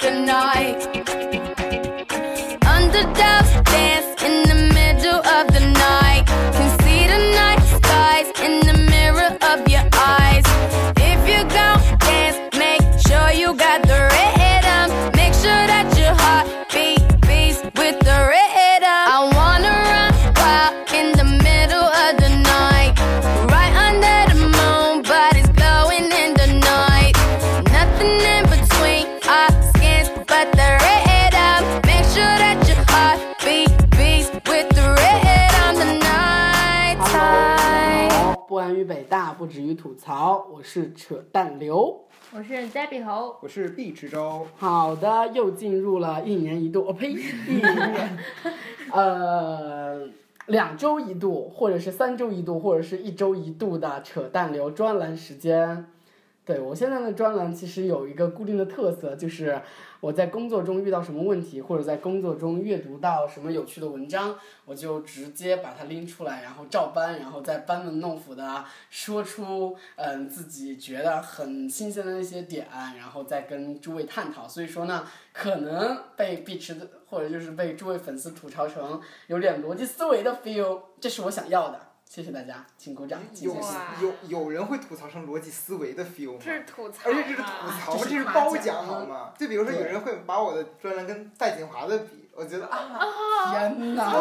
the night. Underdogs dance in the middle of the night. Can see the night skies in the mirror of your eyes. If you gon' dance, make sure you got the rhythm. Make sure that your heart beats with the rhythm. I wanna run wild in the middle of the night. Right under the moon, body's glowing in the night. Nothing in between our skins but the rhythm. Make sure that your heart beats with the rhythm. The night time. 好，不安于北大，不止于吐槽，我是扯淡刘。 我是 Debbie 猴， 我是毕池洲。 好的，又进入了一年一度，呸，1年，2周一度，或者是3周一度，或者是1周一度的扯淡流专栏时间。对，我现在的专栏其实有一个固定的特色，就是我在工作中遇到什么问题，或者在工作中阅读到什么有趣的文章，我就直接把它拎出来，然后照搬，然后再班门弄斧的说出自己觉得很新鲜的那些点，然后再跟诸位探讨。所以说呢，可能被碧池的或者就是被诸位粉丝吐槽成有点逻辑思维的 feel， 这是我想要的。谢谢大家，请鼓掌。 有人会吐槽成逻辑思维的 feel 吗？ 这是吐槽， 而且这是吐槽，这是褒奖好吗？就比如说有人会把我的专栏跟戴锦华的比，我觉得天哪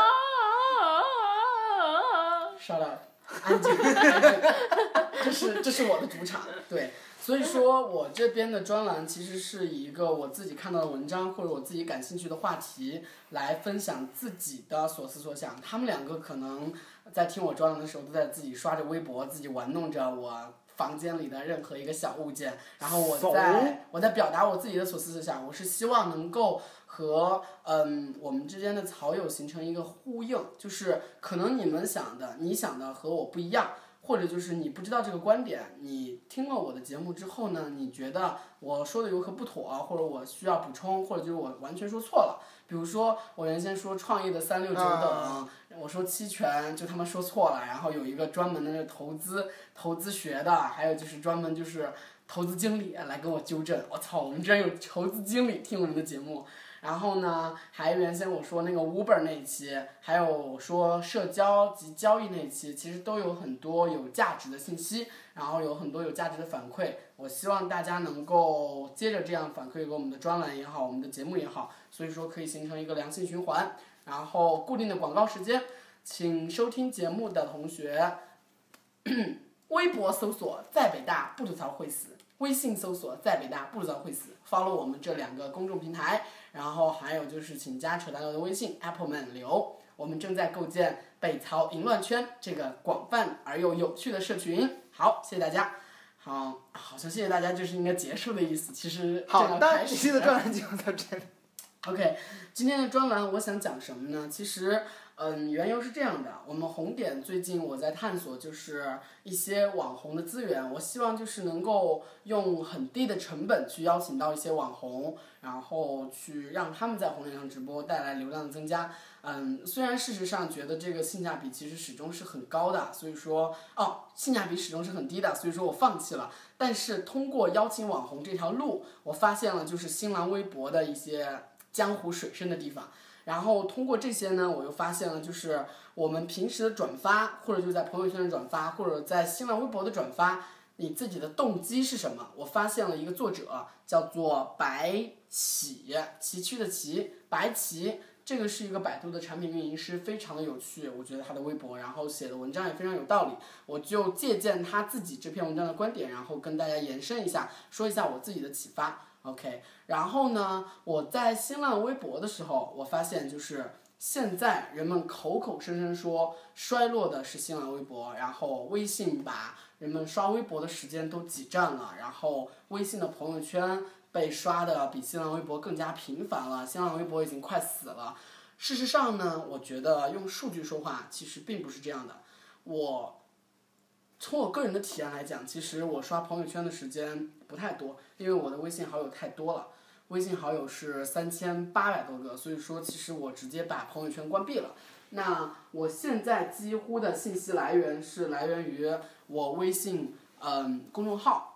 ！Shut up， 安静，这是我的主场，对。所以说我这边的专栏其实是以一个我自己看到的文章或者我自己感兴趣的话题来分享自己的所思所想。他们两个可能在听我专栏的时候都在自己刷着微博，自己玩弄着我房间里的任何一个小物件，然后我在表达我自己的所思所想。我是希望能够和我们之间的草友形成一个呼应，就是可能你想的和我不一样。或者就是你不知道这个观点，你听了我的节目之后呢，你觉得我说的有何不妥，或者我需要补充，或者就是我完全说错了。比如说我原先说创业的369等，我说期权就他们说错了，然后有一个专门的那个投资学的，还有就是专门就是投资经理来跟我纠正。我操，我们居然有投资经理听我们的节目。然后呢，还原先我说那个 Uber 那一期，还有我说社交及交易那一期，其实都有很多有价值的信息，然后有很多有价值的反馈。我希望大家能够接着这样反馈给我们的专栏也好，我们的节目也好，所以说可以形成一个良性循环。然后固定的广告时间，请收听节目的同学，微博搜索在北大不吐槽会死，微信搜索在北大不吐槽会死 ，follow 我们这2个公众平台。然后还有就是请加扯淡流的微信 Appleman 刘，我们正在构建北曹淫乱圈这个广泛而又有趣的社群。好，谢谢大家。好像谢谢大家就是应该结束的意思，其实好的，你的专栏就到这里。 OK， 今天的专栏我想讲什么呢？其实缘由是这样的，我们红点最近我在探索就是一些网红的资源，我希望就是能够用很低的成本去邀请到一些网红，然后去让他们在红点上直播，带来流量的增加。虽然事实上觉得这个性价比其实始终是很高的，所以说性价比始终是很低的，所以说我放弃了。但是通过邀请网红这条路，我发现了就是新浪微博的一些江湖水深的地方。然后通过这些呢，我又发现了就是我们平时的转发，或者就在朋友圈的转发，或者在新浪微博的转发，你自己的动机是什么？我发现了一个作者叫做白起，崎岖的崎，白起。这个是一个百度的产品运营师，非常的有趣，我觉得他的微博，然后写的文章也非常有道理，我就借鉴他自己这篇文章的观点，然后跟大家延伸一下，说一下我自己的启发。OK， 然后呢，我在新浪微博的时候，我发现就是现在人们口口声声说衰落的是新浪微博，然后微信把人们刷微博的时间都挤占了，然后微信的朋友圈被刷的比新浪微博更加频繁了，新浪微博已经快死了。事实上呢，我觉得用数据说话其实并不是这样的。从我个人的体验来讲，其实我刷朋友圈的时间不太多，因为我的微信好友太多了，微信好友是3800多个，所以说其实我直接把朋友圈关闭了。那我现在几乎的信息来源是来源于我微信公众号，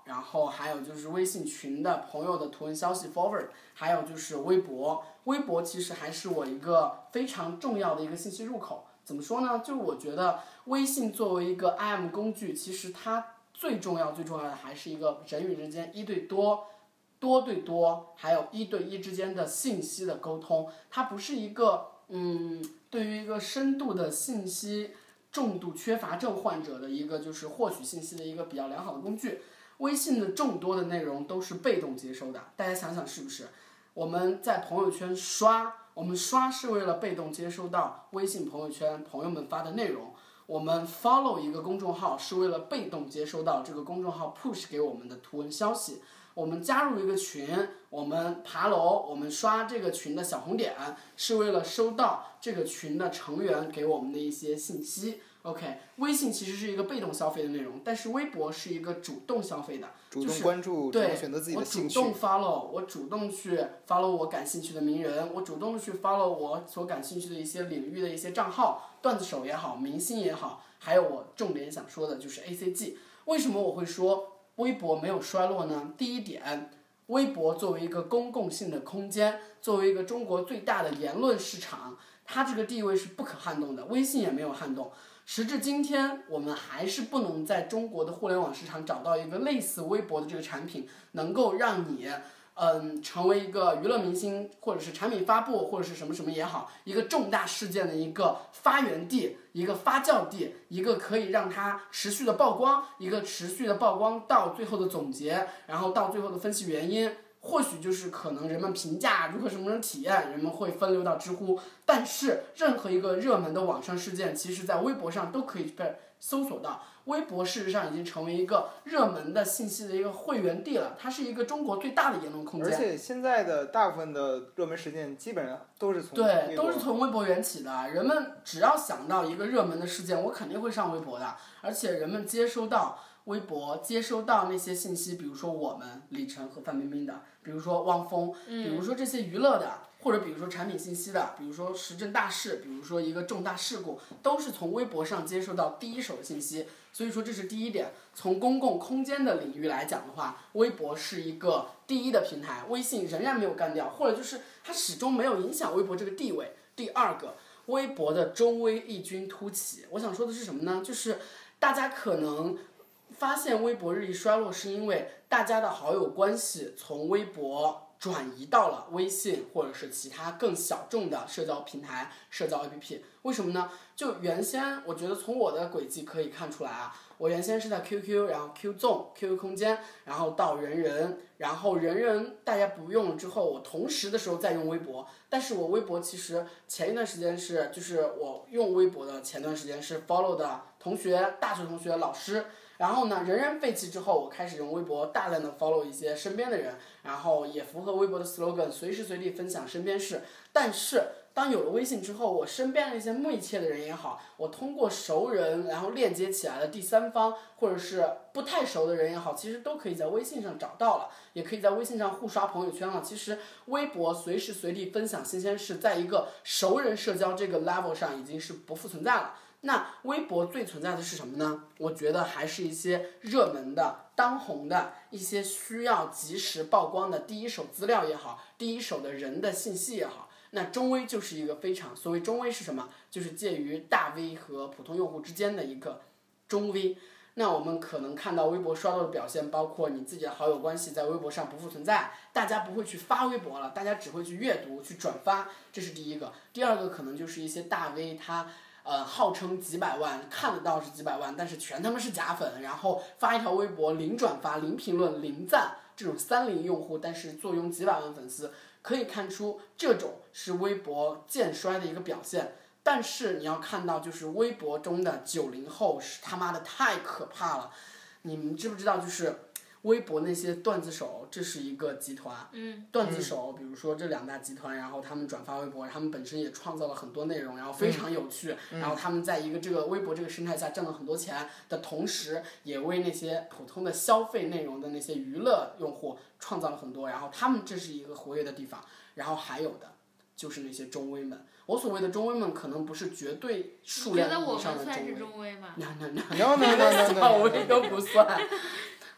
然后还有就是微信群的朋友的图文消息 forward， 还有就是微博。微博其实还是我一个非常重要的一个信息入口。怎么说呢？就是我觉得微信作为一个 IM 工具，其实它最重要的还是一个人与人之间一对多、多对多，还有一对一之间的信息的沟通。它不是一个对于一个深度的信息重度缺乏症患者的一个就是获取信息的一个比较良好的工具。微信的众多的内容都是被动接收的，大家想想是不是？我们在朋友圈刷，我们刷是为了被动接收到微信朋友圈朋友们发的内容，我们 follow 一个公众号是为了被动接收到这个公众号 push 给我们的图文消息，我们加入一个群，我们爬楼，我们刷这个群的小红点，是为了收到这个群的成员给我们的一些信息。OK， 微信其实是一个被动消费的内容，但是微博是一个主动消费的， 主动关注，主动选择自己的兴趣。 我主动 follow， 我主动去 follow 我感兴趣的名人，我主动去 follow 我所感兴趣的一些领域的一些账号，段子手也好，明星也好，还有我重点想说的就是 ACG。为什么我会说微博没有衰落呢？第一点，微博作为一个公共性的空间，作为一个中国最大的言论市场，它这个地位是不可撼动的，微信也没有撼动。时至今天，我们还是不能在中国的互联网市场找到一个类似微博的这个产品，能够让你成为一个娱乐明星，或者是产品发布，或者是什么什么也好，一个重大事件的一个发源地，一个发酵地，一个可以让它持续的曝光，一个持续的曝光到最后的总结，然后到最后的分析原因。或许就是可能人们评价如何什么人体验，人们会分流到知乎，但是任何一个热门的网上事件，其实在微博上都可以被搜索到。微博事实上已经成为一个热门的信息的一个会源地了，它是一个中国最大的言论空间。 而且现在的大部分的热门事件基本上都是从对，都是从微博缘起的。人们只要想到一个热门的事件，我肯定会上微博的。而且人们接收到微博，接收到那些信息，比如说我们李晨和范冰冰的，比如说汪峰，比如说这些娱乐的，或者比如说产品信息的，比如说时政大事，比如说一个重大事故，都是从微博上接收到第一手的信息。所以说这是第一点。从公共空间的领域来讲的话，微博是一个第一的平台，微信仍然没有干掉，或者就是它始终没有影响微博这个地位。第二个，微博的中微异军突起，我想说的是什么呢？就是大家可能发现微博日益衰落，是因为大家的好友关系从微博转移到了微信或者是其他更小众的社交平台、社交 APP。为什么呢？就原先我觉得从我的轨迹可以看出来啊，我原先是在 QQ， 然后 QZone、QQ 空间，然后到人人，然后人人大家不用了之后，我同时的时候在用微博。但是我微博其实前一段时间就是我用微博的前段时间是 follow 的同学、大学同学、老师。然后呢，人人废弃之后，我开始用微博大量的 follow 一些身边的人，然后也符合微博的 slogan， 随时随地分享身边事。但是当有了微信之后，我身边的一些密切的人也好，我通过熟人然后链接起来的第三方，或者是不太熟的人也好，其实都可以在微信上找到了，也可以在微信上互刷朋友圈了。其实微博随时随地分享新鲜事，在一个熟人社交这个 level 上已经是不复存在了。那微博最存在的是什么呢？我觉得还是一些热门的、当红的一些需要及时曝光的第一手资料也好，第一手的人的信息也好。那中微就是一个非常，所谓中微是什么？就是介于大 V 和普通用户之间的一个中微。那我们可能看到微博刷到的表现，包括你自己的好友关系在微博上不复存在，大家不会去发微博了，大家只会去阅读、去转发，这是第一个。第二个可能就是一些大 V 他号称几百万，看得到是几百万，但是全他妈是假粉，然后发一条微博零转发、零评论、零赞，这种30用户，但是坐拥几百万粉丝，可以看出这种是微博渐衰的一个表现。但是你要看到，就是微博中的90后是他妈的太可怕了。你们知不知道，就是微博那些段子手，这是一个集团。段子手，比如说这2大集团，然后他们转发微博，他们本身也创造了很多内容，然后非常有趣，然后他们在一个这个微博这个生态下挣了很多钱的同时，也为那些普通的消费内容的那些娱乐用户创造了很多，然后他们这是一个活跃的地方。然后还有的就是那些中微们。我所谓的中微们可能不是绝对数量意义上的中微。 你觉得我们算是中微吗？ 小微都不算。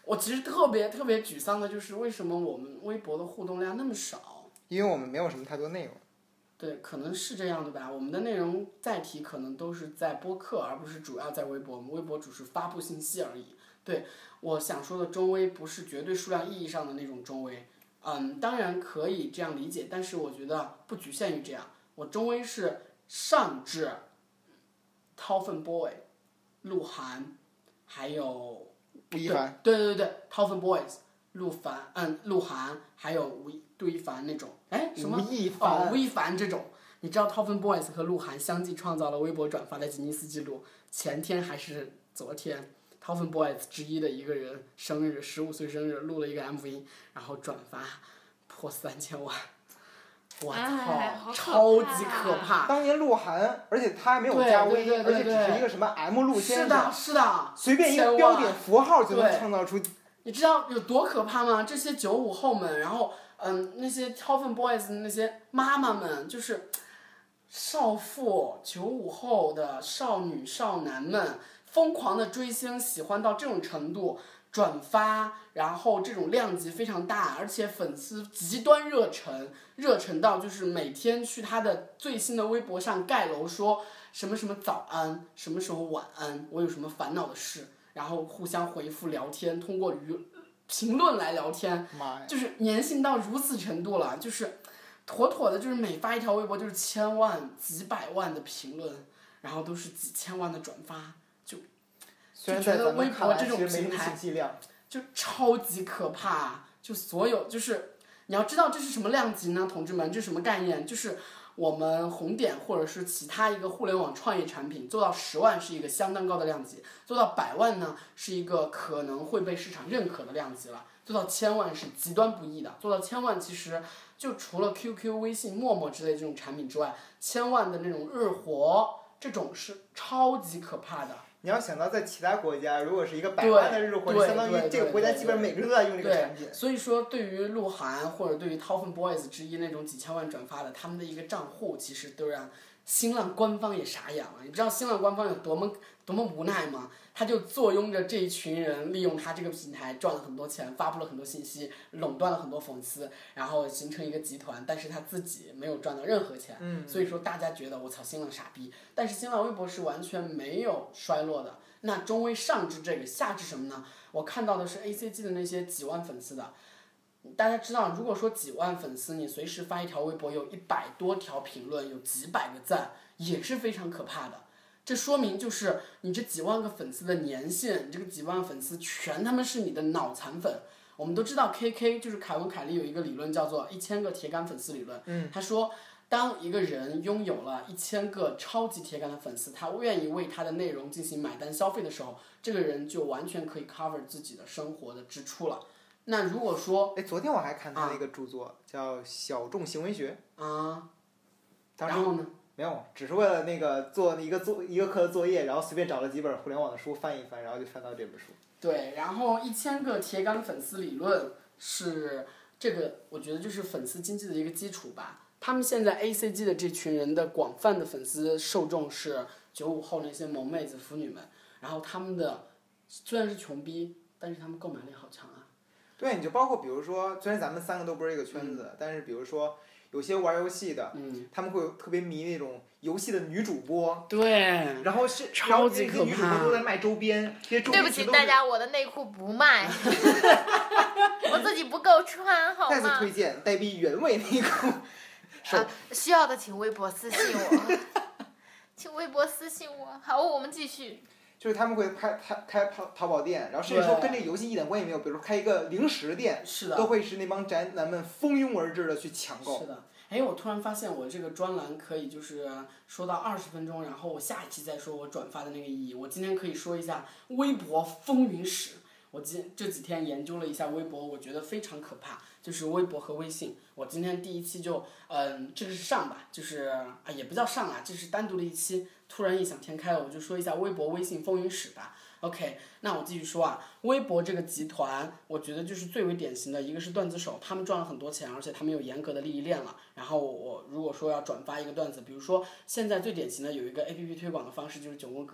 我其实特别特别沮丧的就是为什么我们微博的互动量那么少？ 因为我们没有什么太多内容。 对，可能是这样的吧。我们的内容载体可能都是在播客，而不是主要在微博。我们微博只是发布信息而已。对，我想说的中微不是绝对数量意义上的那种中微。当然可以这样理解，但是我觉得不局限于这样。我中微是上至掏粪 boy、鹿晗，还有吴亦凡。 对，掏粪 boys、鹿晗，还有杜一凡那种。哎，什么？吴亦凡这种。你知道掏粪 boys 和鹿晗相继创造了微博转发的吉尼斯纪录。前天还是昨天，掏粪 boys 之一的一个人生日，15岁生日，录了一个 MV， 然后转发破3000万。我操，超级可怕！ 当年鹿晗，而且他还没有加微，而且只是一个什么 M 鹿先生， 是的， 随便一个标点符号就能创造出。 你知道有多可怕吗？这些95后们，然后那些掏粪 boys 那些妈妈们，就是少妇95后的少女少男们，疯狂的追星，喜欢到这种程度。转发，然后这种量级非常大，而且粉丝极端热忱到就是每天去他的最新的微博上盖楼说什么什么早安，什么时候晚安，我有什么烦恼的事，然后互相回复聊天，通过评论来聊天，就是粘性到如此程度了，就是妥妥的就是每发一条微博就是千万几百万的评论，然后都是几千万的转发，就觉得微博这种平台就超级可怕，就所有就是你要知道这是什么量级呢，同志们，这是什么概念？就是我们红点或者是其他一个互联网创业产品做到10万是一个相当高的量级，做到100万呢是一个可能会被市场认可的量级了，做到1000万是极端不易的，做到1000万其实就除了 QQ、微信、陌陌之类这种产品之外，1000万的那种日活这种是超级可怕的。 你要想到在其他国家，如果是一个100万的日活，相当于这个国家基本上每个人都在用这个产品。 所以说，对于鹿晗或者对于掏粪 boys 之一那种几千万转发的，他们的一个账户其实都让新浪官方也傻眼了。你知道新浪官方有多么无奈吗？他就坐拥着这一群人，利用他这个平台赚了很多钱，发布了很多信息，垄断了很多粉丝，然后形成一个集团，但是他自己没有赚到任何钱。所以说大家觉得我操新浪傻逼，但是新浪微博是完全没有衰落的。那中微上至这个，下至什么呢？我看到的是 ACG 的那些几万粉丝的。大家知道，如果说几万粉丝，你随时发一条微博，有100多条评论，有几百个赞，也是非常可怕的。这说明就是你这几万个粉丝的粘性，你这个几万粉丝全他妈是你的脑残粉。我们都知道 KK 就是凯文凯利有一个理论叫做1000个铁杆粉丝理论。他说，当一个人拥有了1000个超级铁杆的粉丝，他愿意为他的内容进行买单消费的时候，这个人就完全可以 cover 自己的生活的支出了。那如果说， 昨天我还看他的一个著作，叫《小众行为学》。 然后呢？ 没有，只是为了那个做一个课的作业，然后随便找了几本互联网的书翻一翻，然后就翻到这本书。 对，然后1000个铁杆粉丝理论是这个，我觉得就是粉丝经济的一个基础吧。他们现在 ACG 的这群人的广泛的粉丝受众是95后那些萌妹子腐女们，然后他们的虽然是穷逼，但是他们购买力好强啊。 对，你就包括比如说，虽然咱们3个都不是一个圈子，但是比如说有些玩游戏的，他们会有特别迷那种游戏的女主播。 对。 然后是超级可怕。 女主播都在卖周边，这些周边对不起大家，我的内裤不卖，我自己不够穿，好吗？ 再次推荐黛碧原味内裤。 需要的请微博私信我，请微博私信我。好，我们继续。 就是他们会开淘宝店，然后甚至说跟这个游戏一点关系没有，比如说开一个零食店，都会是那帮宅男们蜂拥而至的去抢购。 是的。哎，我突然发现我这个专栏可以就是说到20分钟，然后我下一期再说我转发的那个意义。我今天可以说一下微博风云史。我这几天研究了一下微博，我觉得非常可怕，就是微博和微信。我今天第一期就这个是上吧，就是也不叫上啦，这是单独的一期。突然异想天开了，我就说一下微博、微信风云史吧。OK， 那我继续说啊，微博这个集团，我觉得就是最为典型的一个是段子手，他们赚了很多钱，而且他们有严格的利益链了。然后我如果说要转发一个段子，比如说现在最典型的有一个 APP 推广的方式就是9宫格，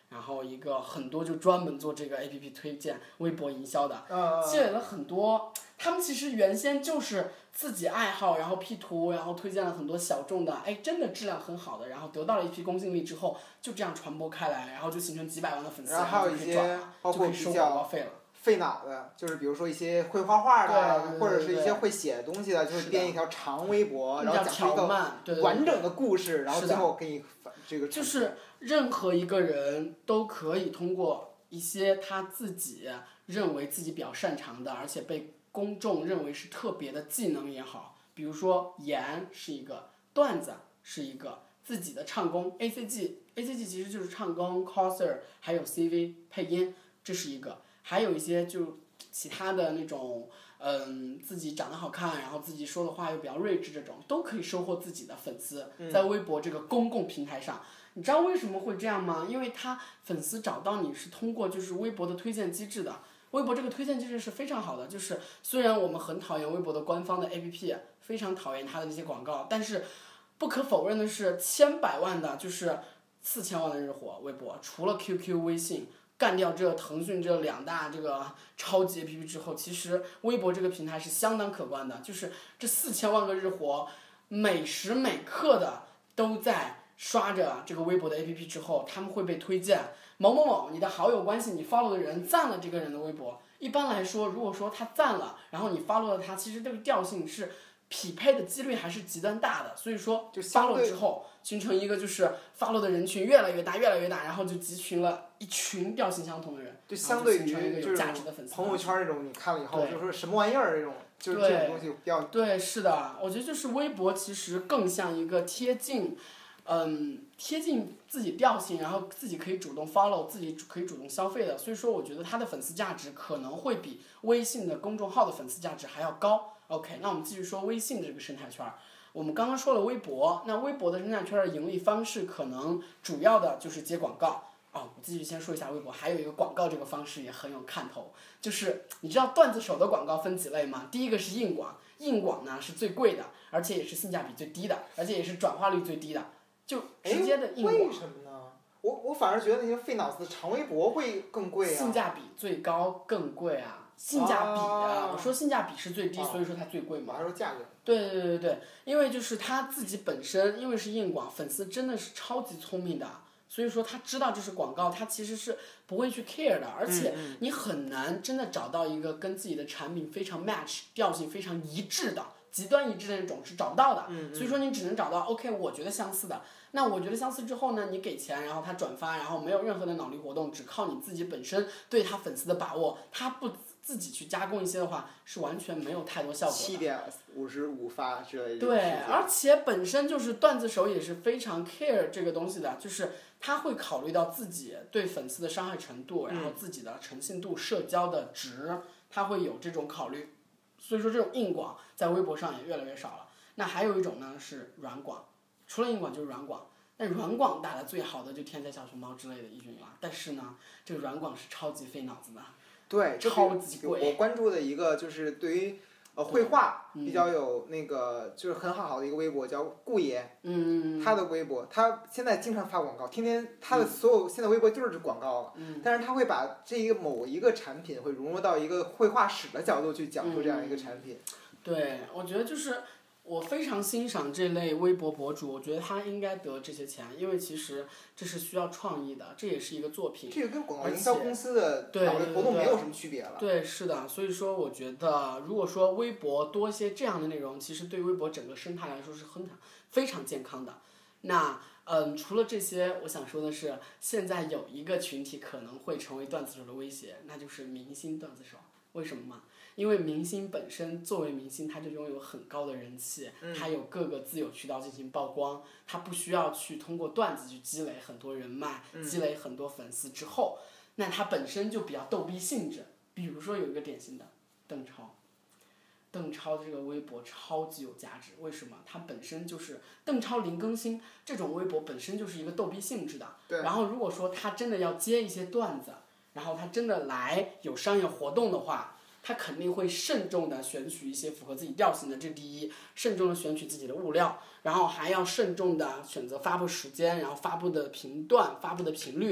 然后一个很多就专门做这个 APP 推荐、微博营销的，积累了很多。他们其实原先就是自己爱好，然后 P 图，然后推荐了很多小众的，哎，真的质量很好的，然后得到了一批公信力之后，就这样传播开来，然后就形成几百万的粉丝， 然后还有一些包括比较费脑的，就是比如说一些会画画的，或者是一些会写东西的，就是编一条长微博，然后讲出一个完整的故事，然后最后给你这个。 就是任何一个人都可以通过一些他自己认为自己比较擅长的，而且被公众认为是特别的技能也好，比如说言是一个，段子是一个，自己的唱功 ACG 其实就是唱功 coser 还有 CV 配音，这是一个，还有一些就其他的那种自己长得好看，然后自己说的话又比较睿智，这种都可以收获自己的粉丝，在微博这个公共平台上。你知道为什么会这样吗？因为他粉丝找到你是通过就是微博的推荐机制的。微博这个推荐机制是非常好的，就是虽然我们很讨厌微博的官方的 APP， 非常讨厌它的那些广告，但是不可否认的是，千百万的就是4000万的日活，微博除了 QQ、微信干掉这腾讯这2大这个超级 APP 之后，其实微博这个平台是相当可观的，就是这4000万个日活，每时每刻的都在刷着这个微博的 APP 之后，他们会被推荐。某某某，你的好友关系，你 follow 的人赞了这个人的微博。一般来说，如果说他赞了，然后你 follow 了他，其实这个调性是匹配的几率还是极端大的。所以说，就 follow 之后形成一个就是 follow 的人群越来越大，越来越大，然后就集群了一群调性相同的人， 就相对于就是朋友圈那种，你看了以后就说什么玩意儿这种，就是这种东西比较。 对，是的，我觉得就是微博其实更像一个贴近自己调性，然后自己可以主动 follow， 自己可以主动消费的，所以说我觉得它的粉丝价值可能会比微信的公众号的粉丝价值还要高。OK， 那我们继续说微信的这个生态圈。我们刚刚说了微博，那微博的生态圈的盈利方式可能主要的就是接广告。我继续先说一下微博，还有一个广告这个方式也很有看头，就是你知道段子手的广告分几类吗？第一个是硬广，硬广呢是最贵的，而且也是性价比最低的，而且也是转化率最低的。就直接的硬广。 为什么呢？我反而觉得那些费脑子的长微博会更贵啊。 性价比最高更贵啊！性价比啊！我说性价比是最低，所以说它最贵嘛。 我还说价格。 对，因为就是他自己本身，因为是硬广，粉丝真的是超级聪明的，所以说他知道这是广告，他其实是不会去 care 的，而且你很难真的找到一个跟自己的产品非常 match、调性非常一致的。极端一致的那种是找不到的，所以说你只能找到 OK， 我觉得相似的。那我觉得相似之后呢，你给钱，然后他转发，然后没有任何的脑力活动，只靠你自己本身对他粉丝的把握，他不自己去加工一些的话，是完全没有太多效果的。 7:55发之类的。 对，而且本身就是段子手也是非常 care 这个东西的，就是他会考虑到自己对粉丝的伤害程度，然后自己的诚信度、社交的值，他会有这种考虑。所以说这种硬广在微博上也越来越少了。那还有一种呢是软广，除了硬广就是软广。那软广打的最好的就天才小熊猫之类的一群了，但是呢，这个软广是超级费脑子的。 对， 超级贵。 我关注的一个就是对于绘画比较有那个就是很好的一个微博叫顾爷，他的微博他现在经常发广告，天天他的所有现在微博就是广告了，但是他会把这一个某一个产品会融入到一个绘画史的角度去讲述这样一个产品。 对，我觉得就是我非常欣赏这类微博博主，我觉得他应该得这些钱，因为其实这是需要创意的，这也是一个作品。 这个跟广告营销公司的脑力活动没有什么区别了。 对，是的，所以说我觉得，如果说微博多一些这样的内容，其实对微博整个生态来说是非常健康的。那除了这些，我想说的是，现在有一个群体可能会成为段子手的威胁，那就是明星段子手。为什么吗？因为明星本身作为明星，他就拥有很高的人气，他有各个自有渠道进行曝光，他不需要去通过段子去积累很多人脉，积累很多粉丝之后，那他本身就比较逗逼性质。比如说有一个典型的邓超，邓超这个微博超级有价值，为什么？他本身就是邓超零更新这种微博本身就是一个逗逼性质的。然后如果说他真的要接一些段子，然后他真的来有商业活动的话，他肯定会慎重的选取一些符合自己调性的，这第一，慎重的选取自己的物料，然后还要慎重的选择发布时间，然后发布的频段、发布的频率，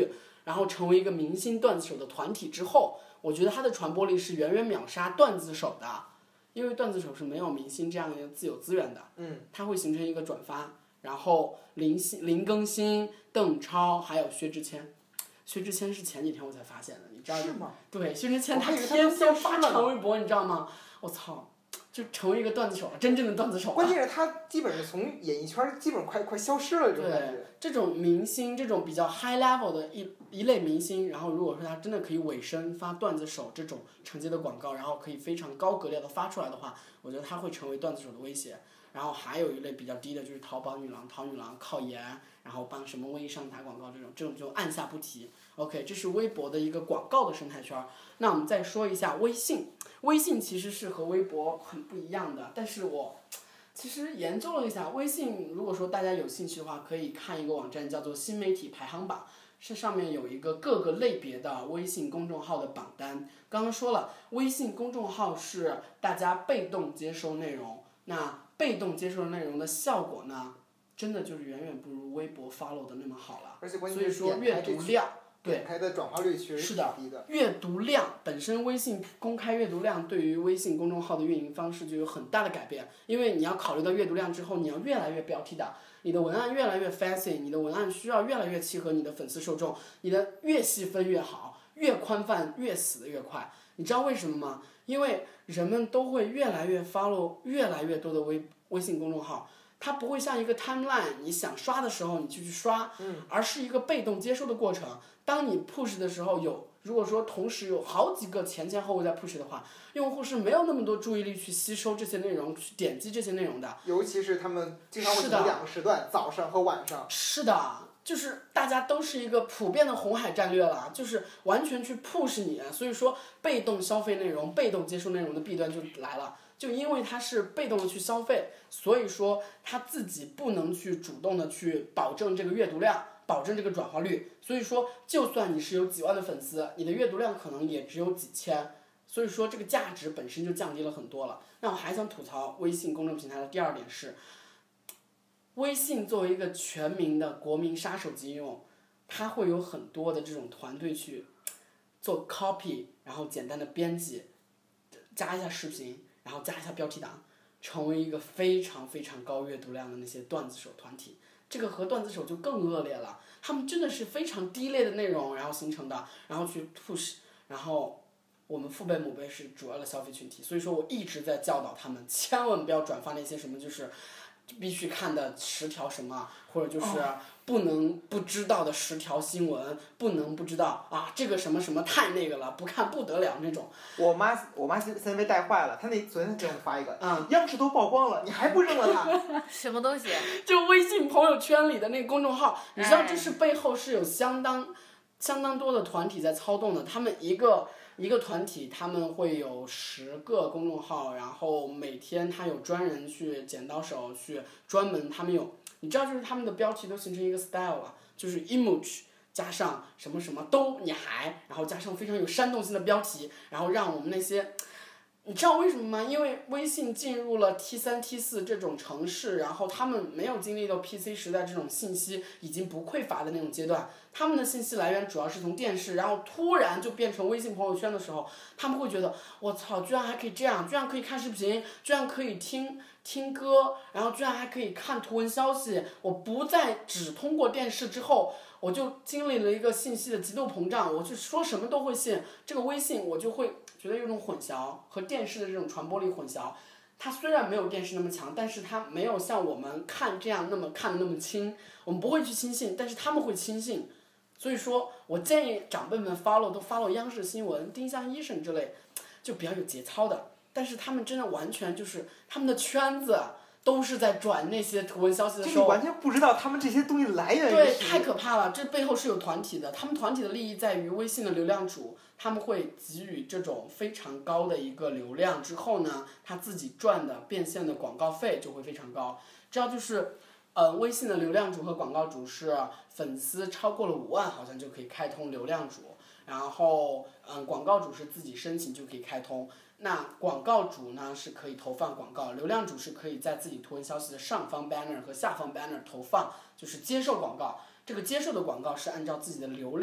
然后成为一个明星段子手的团体之后，我觉得它的传播力是远远秒杀段子手的，因为段子手是没有明星这样的自有资源的，它会形成一个转发，然后林更新、邓超还有薛之谦。薛之谦是前几天我才发现的，你知道是吗？ 对，薛之谦他天天发长微博，你知道吗？我操，就成为一个段子手了，真正的段子手了。 关键是他基本是从演艺圈基本快消失了这种感觉。 对，这种明星，这种比较 high level 的一类明星，然后如果说他真的可以委身发段子手这种承接的广告，然后可以非常高格调的发出来的话，我觉得他会成为段子手的威胁。然后还有一类比较低的就是淘宝女郎，淘女郎靠颜，然后帮什么微商打广告这种就按下不提。OK， 这是微博的一个广告的生态圈。那我们再说一下微信，微信其实是和微博很不一样的，但是我其实研究了一下，微信如果说大家有兴趣的话，可以看一个网站叫做新媒体排行榜，这上面有一个各个类别的微信公众号的榜单。刚刚说了，微信公众号是大家被动接收内容，那被动接受内容的效果呢，真的就是远远不如微博 follow 的那么好了。 而且关所以说键是阅读量，对， 点开的转化率确实是低的。 阅读量本身，微信公开阅读量对于微信公众号的运营方式就有很大的改变，因为你要考虑到阅读量之后，你要越来越标题党，你的文案越来越 fancy， 你的文案需要越来越契合你的粉丝受众，你的越细分越好，越宽泛越死的越快。你知道为什么吗？因为人们都会越来越 follow 越来越多的微信公众号，它不会像一个 timeline， 你想刷的时候你就去刷，而是一个被动接收的过程。当你 push 的时候如果说同时有好几个前后在 push 的话，用户是没有那么多注意力去吸收这些内容，去点击这些内容的。 尤其是他们经常会选2个时段，早上和晚上。 是的。就是大家都是一个普遍的红海战略了，就是完全去 push 你，所以说被动消费内容、被动接受内容的弊端就来了。就因为他是被动的去消费，所以说他自己不能去主动的去保证这个阅读量，保证这个转化率。所以说，就算你是有几万的粉丝，你的阅读量可能也只有几千，所以说这个价值本身就降低了很多了。那我还想吐槽微信公众平台的第二点是，微信作为一个全民的国民杀手级应用，它会有很多的这种团队去做 copy， 然后简单的编辑，加一下视频，然后加一下标题党，成为一个非常非常高阅读量的那些段子手团体。这个和段子手就更恶劣了，他们真的是非常低劣的内容，然后形成的，然后去 push， 然后我们父辈母辈是主要的消费群体，所以说我一直在教导他们，千万不要转发那些什么就是必须看的10条什么，或者就是不能不知道的10条新闻，不能不知道啊这个什么什么太那个了，不看不得了那种。 我妈现在被带坏了，她昨天给我发一个，央视都曝光了，你还不认了它？ 什么东西？ 就微信朋友圈里的那个公众号，你知道这是背后是有相当多的团体在操纵的，他们一个团体他们会有10个公众号，然后每天他有专人去剪刀手去专门，他们有，你知道就是他们的标题都形成一个 style 了，就是 emoji 加上什么什么都你还，然后加上非常有煽动性的标题，然后让我们那些。你知道为什么吗？因为微信进入了 T3、T4 这种城市，然后他们没有经历到 PC 时代这种信息已经不匮乏的那种阶段，他们的信息来源主要是从电视，然后突然就变成微信朋友圈的时候，他们会觉得我操，居然还可以这样，居然可以看视频，居然可以听歌，然后居然还可以看图文消息，我不再只通过电视之后。我就经历了一个信息的极度膨胀，我就说什么都会信。这个微信我就会觉得有种混淆，和电视的这种传播力混淆。它虽然没有电视那么强，但是它没有像我们看这样看得那么清。我们不会去轻信，但是他们会轻信。所以说我建议长辈们 follow 都 follow 央视新闻、丁香医生之类，就比较有节操的。但是他们真的完全就是他们的圈子。都是在转那些图文消息的时候， 就你完全不知道他们这些东西来源于对，太可怕了。这背后是有团体的，他们团体的利益在于微信的流量主，他们会给予这种非常高的一个流量之后呢，他自己赚的变现的广告费就会非常高。这样就是，微信的流量主和广告主是粉丝超过了5万，好像就可以开通流量主，然后广告主是自己申请就可以开通。那广告主呢是可以投放广告，流量主是可以在自己图文消息的上方 banner 和下方 banner 投放，就是接受广告。这个接受的广告是按照自己的流量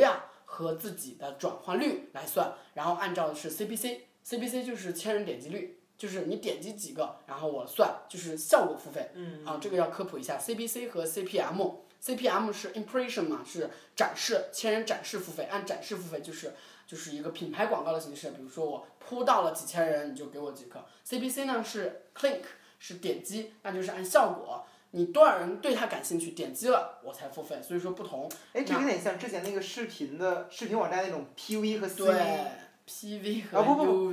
和自己的转化率来算，然后按照的是 CPC 就是千人点击率，就是你点击几个，然后我算就是效果付费。这个要科普一下 CPC 和 CPM。CPM 是 impression 嘛，是展示，千人展示付费，按展示付费就是一个品牌广告的形式，比如说我铺到了几千人，你就给我几个。CPC 呢是 click， 是点击，那就是按效果，你多少人对它感兴趣，点击了我才付费，所以说不同。 哎，这有点像之前那个视频网站那种 PV 和 CV。 对 ，PV 和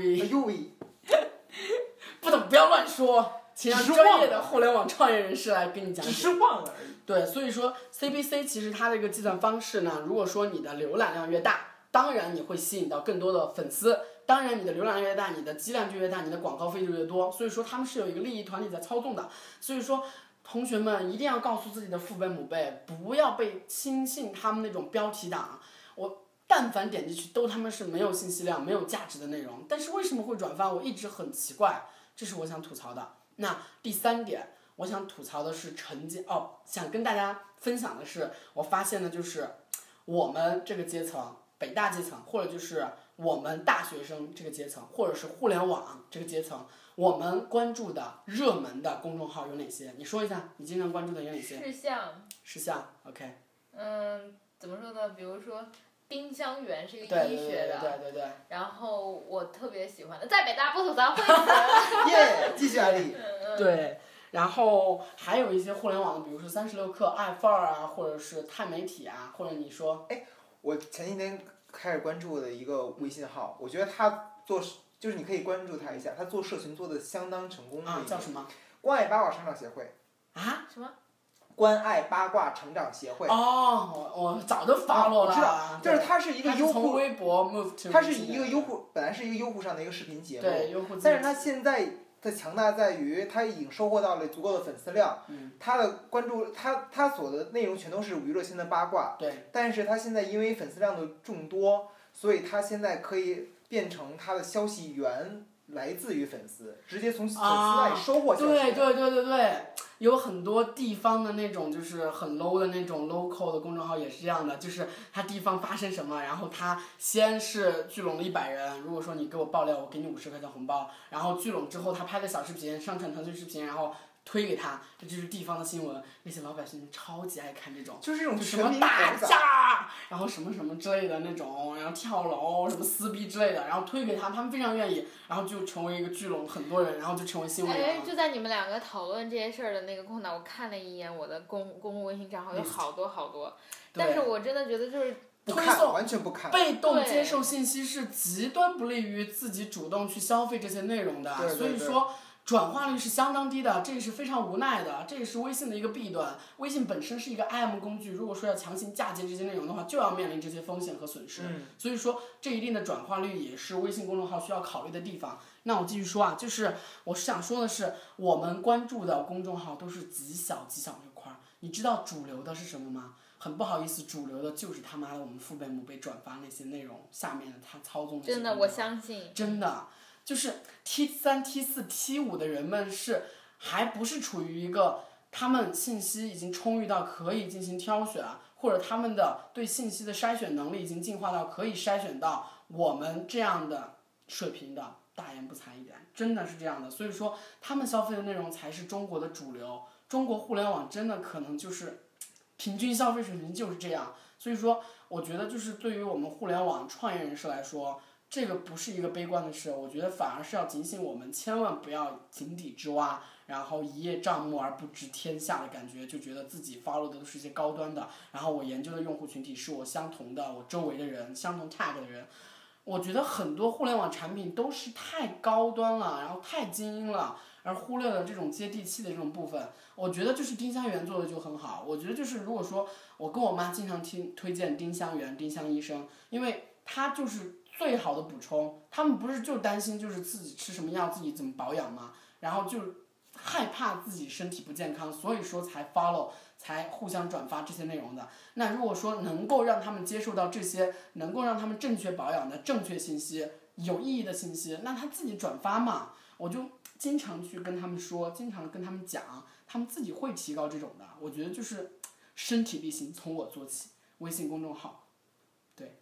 UV。不要乱说，请让专业的互联网创业人士来跟你讲解。 只是忘了而已。 对，所以说 CPC 其实它的一个计算方式呢，如果说你的浏览量越大，当然你会吸引到更多的粉丝，当然你的浏览量越大，你的机量就越大，你的广告费就越多，所以说他们是有一个利益团体在操纵的，所以说同学们一定要告诉自己的父辈母辈，不要被轻信他们那种标题党，我但凡点进去都他们是没有信息量、没有价值的内容，但是为什么会转发，我一直很奇怪，这是我想吐槽的。那第3点。我想吐槽的是想跟大家分享的是，我发现的就是我们这个阶层，北大阶层，或者就是我们大学生这个阶层，或者是互联网这个阶层，我们关注的热门的公众号有哪些？你说一下，你经常关注的有哪些？事项 ，OK。 怎么说呢？比如说丁香园是一个医学的， 对。 然后我特别喜欢的，在北大不吐槽会死。 耶，继续安利。 对。然后还有一些互联网的，比如说36氪、爱范儿啊，或者是钛媒体啊，或者你说， 我前几天开始关注的一个微信号，我觉得他就是你可以关注他一下，他做社群做的相当成功的。 叫什么？ 关爱八卦成长协会。 什么？ 关爱八卦成长协会。 我早就follow了。 我知道，就是它是一个优酷。 从微博 move to。 它是一个优酷，本来是一个优酷上的一个视频节目。 对，优酷。 但是它现在的强大在于，它已经收获到了足够的粉丝量。它的关注，它所的内容全都是娱乐性的八卦。 对。 但是它现在因为粉丝量的众多，所以它现在可以变成它的消息源来自于粉丝，直接从粉丝那里收获消息。 对，有很多地方的那种就是很 low 的那种 local 的公众号也是这样的，就是它地方发生什么，然后它先是聚拢了100人，如果说你给我爆料，我给你50块钱红包，然后聚拢之后他拍的小视频上传腾讯视频，然后推给他，这就是地方的新闻，那些老百姓超级爱看这种， 就是这种什么打架，然后什么之类的那种，然后跳楼，什么撕逼之类的，然后推给他，他们非常愿意，然后就成为一个聚拢很多人，然后就成为新闻。 就在你们2个讨论这些事儿的那个空档，我看了一眼我的公共微信账号，有好多，但是我真的觉得就是。 完全不看， 被动接受信息是极端不利于自己主动去消费这些内容的，所以说转化率是相当低的，这也是非常无奈的，这也是微信的一个弊端。微信本身是一个 IM 工具，如果说要强行嫁接这些内容的话，就要面临这些风险和损失。所以说这一定的转化率也是微信公众号需要考虑的地方。那我继续说啊，就是我想说的是，我们关注的公众号都是极小那块儿，你知道主流的是什么吗？很不好意思，主流的就是他妈的我们父辈母辈转发那些内容，下面的他操纵。 真的，我相信。 真的，就是 T3、T4、T5的人们还不是处于一个他们信息已经充裕到可以进行挑选，或者他们的对信息的筛选能力已经进化到可以筛选到我们这样的水平的，大言不惭一点，真的是这样的。所以说，他们消费的内容才是中国的主流。中国互联网真的可能就是平均消费水平就是这样，所以说我觉得就是对于我们互联网创业人士来说，这个不是一个悲观的事，我觉得反而是要警醒我们，千万不要井底之蛙，然后一叶障目而不知天下的感觉，就觉得自己 follow 的都是一些高端的，然后我研究的用户群体是我相同的，我周围的人相同 tag 的人。我觉得很多互联网产品都是太高端了，然后太精英了，而忽略了这种接地气的这种部分。我觉得就是丁香园做的就很好，我觉得就是如果说我跟我妈经常推荐丁香园、丁香医生，因为它就是最好的补充。他们不是就担心就是自己吃什么药自己怎么保养吗？然后就害怕自己身体不健康，所以说才 follow 才互相转发这些内容的。那如果说能够让他们接受到这些能够让他们正确保养的正确信息、有意义的信息，那他自己转发嘛。我就经常去跟他们说，经常跟他们讲，他们自己会提高这种的。我觉得就是身体力行，从我做起。微信公众号，对，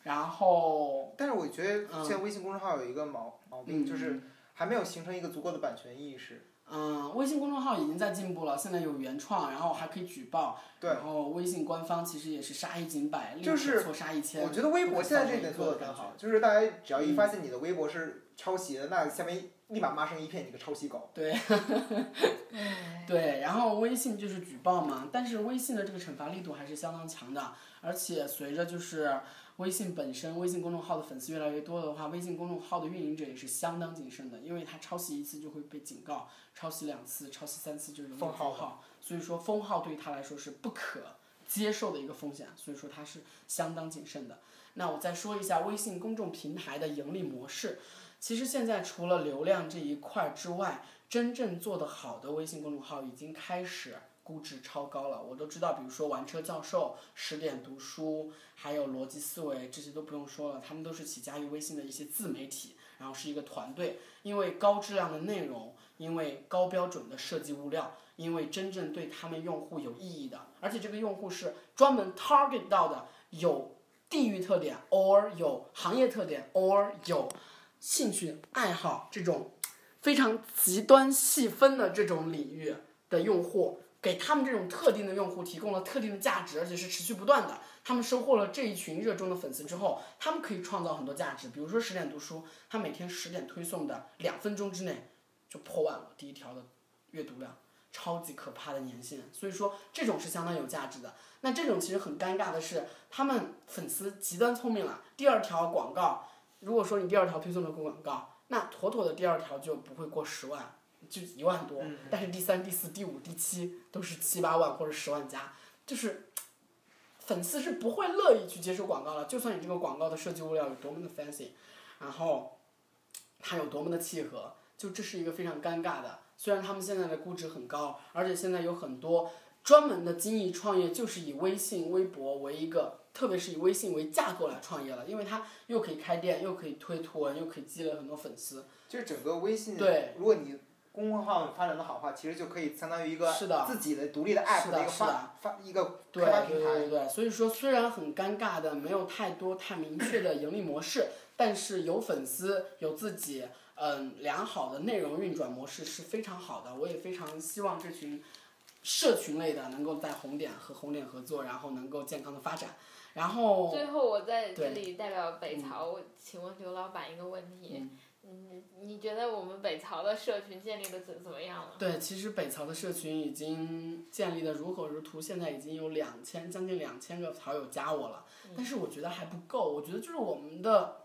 然后， 但是我觉得现在微信公众号有一个毛病，就是还没有形成一个足够的版权意识。 微信公众号已经在进步了，现在有原创，然后还可以举报。 对。 然后微信官方其实也是杀一儆百，立就是错杀1000。 我觉得微博现在这一点做得很好，就是大家只要一发现你的微博是抄袭的，那下面立马骂声一片，你个抄袭狗。 对。对，然后微信就是举报嘛，但是微信的这个惩罚力度还是相当强的，而且随着就是微信本身微信公众号的粉丝越来越多的话，微信公众号的运营者也是相当谨慎的，因为他抄袭1次就会被警告，抄袭2次、抄袭3次就容易封号，所以说封号对于他来说是不可接受的一个风险，所以说他是相当谨慎的。那我再说一下微信公众平台的盈利模式，其实现在除了流量这一块之外，真正做得好的微信公众号已经开始估值超高了。我都知道，比如说玩车教授、10点读书，还有逻辑思维，这些都不用说了，他们都是起家于微信的一些自媒体，然后是一个团队，因为高质量的内容，因为高标准的设计物料，因为真正对他们用户有意义的，而且这个用户是专门 target 到的，有地域特点 or 有行业特点 or 有兴趣爱好这种非常极端细分的这种领域的用户，给他们这种特定的用户提供了特定的价值，而且是持续不断的。他们收获了这一群热衷的粉丝之后，他们可以创造很多价值。比如说10点读书，他每天10点推送的2分钟之内就破万了，第一条的阅读量，超级可怕的年限。所以说这种是相当有价值的。那这种其实很尴尬的是，他们粉丝极端聪明了，第2条广告，如果说你第2条推送的广告，那妥妥的第2条就不会过10万，就1万多，但是第3、第4、第5、第7都是7、8万或者10万加，就是粉丝是不会乐意去接受广告的，就算你这个广告的设计物料有多么的 fancy， 然后它有多么的契合，就这是一个非常尴尬的。虽然他们现在的估值很高，而且现在有很多专门的精益创业就是以微信、微博为一个，特别是以微信为架构来创业了，因为它又可以开店，又可以推图文，又可以积累很多粉丝。 就是整个微信， 对， 如果你公众号发展的好的话，其实就可以相当于一个自己的独立的 app 的一个开发平台。 对，所以说虽然很尴尬的没有太明确的盈利模式，但是有粉丝有自己良好的内容运转模式是非常好的。我也非常希望这群社群类的能够在红点和红点合作，然后能够健康的发展。然后最后我在这里代表北曹，我请问刘老板一个问题。你觉得我们北曹的社群建立的怎么样了？ 对，其实北曹的社群已经建立的如火如荼，现在已经有将近2000个曹友加我了，但是我觉得还不够，我觉得就是我们的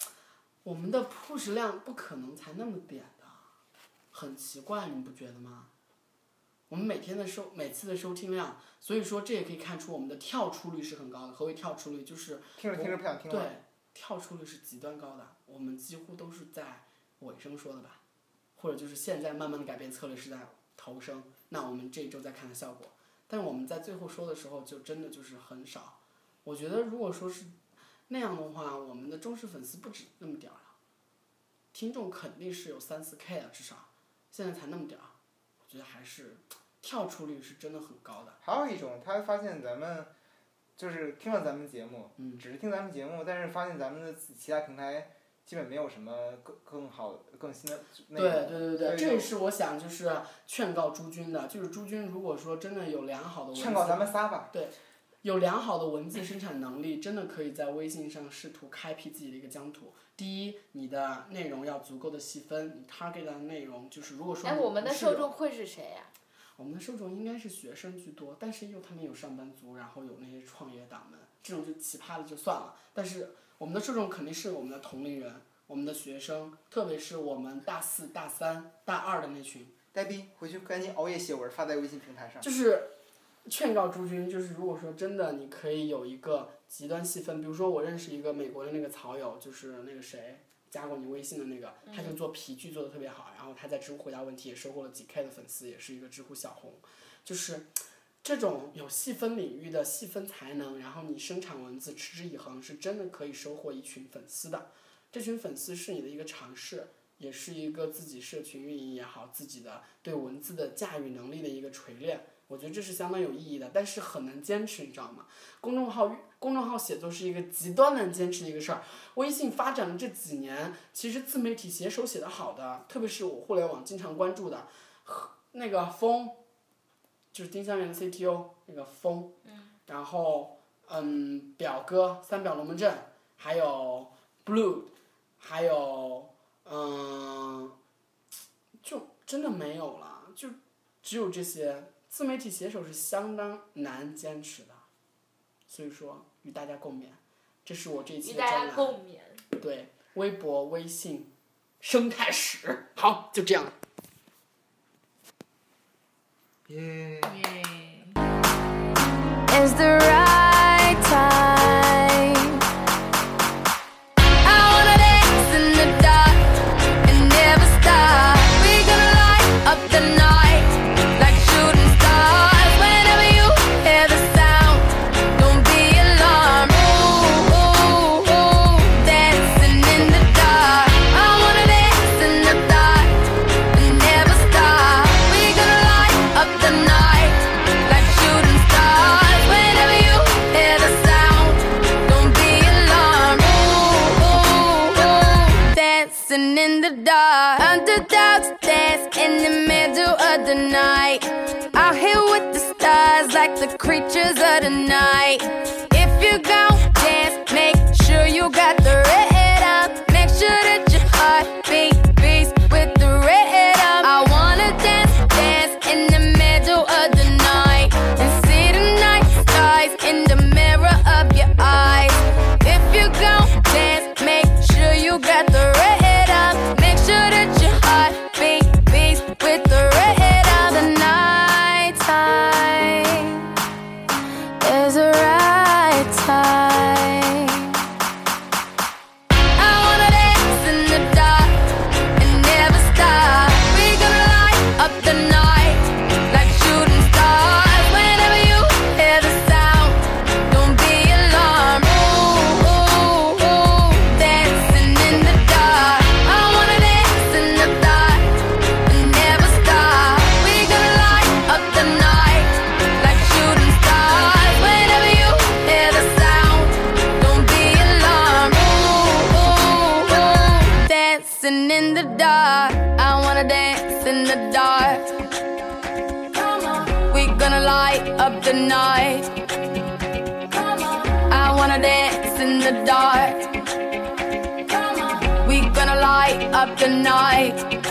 push 量不可能才那么点的，很奇怪，你不觉得吗？我们每次的收听量，所以说这也可以看出我们的跳出率是很高的。何为跳出率？就是听着不想听了。 对，跳出率是极端高的，我们几乎都是在尾声说的吧，或者就是现在慢慢的改变策略是在头声，那我们这一周再看看效果。但我们在最后说的时候就真的就是很少。我觉得如果说是那样的话，我们的忠实粉丝不止那么点儿了，听众肯定是有3-4K 了，至少现在才那么点儿，我觉得还是跳出率是真的很高的。 还有一种，他发现咱们就是听了咱们节目，只是听咱们节目，但是发现咱们的其他平台基本没有什么更好更新的内容。 对，这也是我想就是劝告诸君的，就是诸君如果说真的有良好的文字， 劝告咱们仨吧。 对，有良好的文字生产能力，真的可以在微信上试图开辟自己的一个疆土。第一，你的内容要足够的细分，你 target 的内容就是如果说我们的受众会是谁呀？ 我们的受众应该是学生居多，但是他们有上班族，然后有那些创业党们，这种就奇葩的就算了。但是我们的受众肯定是我们的同龄人，我们的学生，特别是我们大4、大3、大2的那群。 呆逼，回去赶紧熬夜写文发在微信平台上。 就是劝告诸君，就是如果说真的你可以有一个极端细分，比如说我认识一个美国的那个曹友，就是那个谁加过你微信的那个，他就做皮具做的特别好，然后他在知乎回答问题也收获了几 K 的粉丝，也是一个知乎小红。就是这种有细分领域的细分才能，然后你生产文字持之以恒，是真的可以收获一群粉丝的。这群粉丝是你的一个尝试，也是一个自己社群运营也好，自己的对文字的驾驭能力的一个锤炼。 我觉得这是相当有意义的，但是很难坚持，你知道吗？公众号写作是一个极端难坚持的一个事儿。微信发展了这几年，其实自媒体写手写得好的，特别是我互联网经常关注的，那个风，就是丁香园的 CTO 那个风，然后表哥三表龙门阵，还有 Blue， 还有就真的没有了，就只有这些。自媒体写手是相当难坚持的，所以说与大家共勉，这是我这一期的专栏。 与大家共勉。 对，微博、微信生态史，好，就这样。 耶。 Is the right time. I wanna dance in the dark and never stop. We gonna light up the night like shooting stars. Whenever you hear the sound, don't be alarmed. Ooh, ooh, ooh, dancing in the dark. I wanna dance in the dark and never stop. We gonna light up the night like shooting stars. Whenever you hear the sound, don't be alarmed. Ooh, ooh, ooh, dancing in the dark. Underdogs dance in the middle of the night. Out here with the stars like the creatures of the night. If you gon' dance, make sure you got the rhythm. Make sure that your heartbeat beats with the rhythm. I wanna dance, dance in the middle of the night and see the night skies in the mirror of your eyes. If you gon' dance, make sure you got the rhythm. Make sure that your heartbeat beats with the rhythm. The night time is the right time. I wanna dance in the dark and never stop. We gonna light up the night like shooting stars. Whenever you hear the sound, don't be alarmed. Ooh, ooh, ooh, dancing in the dark. I wanna dance in the dark and never stop. We gonna light up the night like shooting stars. Whenever you hear the sound, don't be alarmed. Ooh, ooh, ooh, dancing in the dark. I wanna dance in the dark. Come on, we gonna light up the night. Come on, I wanna dance in the dark. Come on, we gonna light up the night.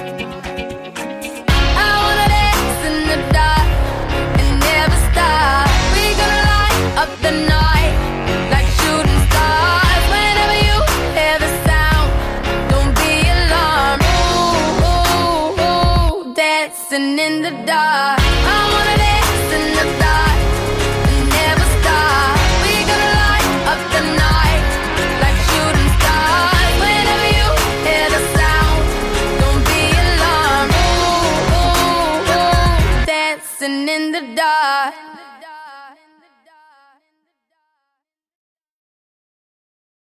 I wanna dance in the dark and never stop. We gonna light up the night like shooting stars. Whenever you hear the sound, don't be alarmed. Ooh, ooh, ooh, dancing in the dark. I wanna dance in the dark and never stop. We gonna light up the night like shooting stars. Whenever you hear the sound, don't be alarmed. Ooh, ooh, ooh, dancing in the dark.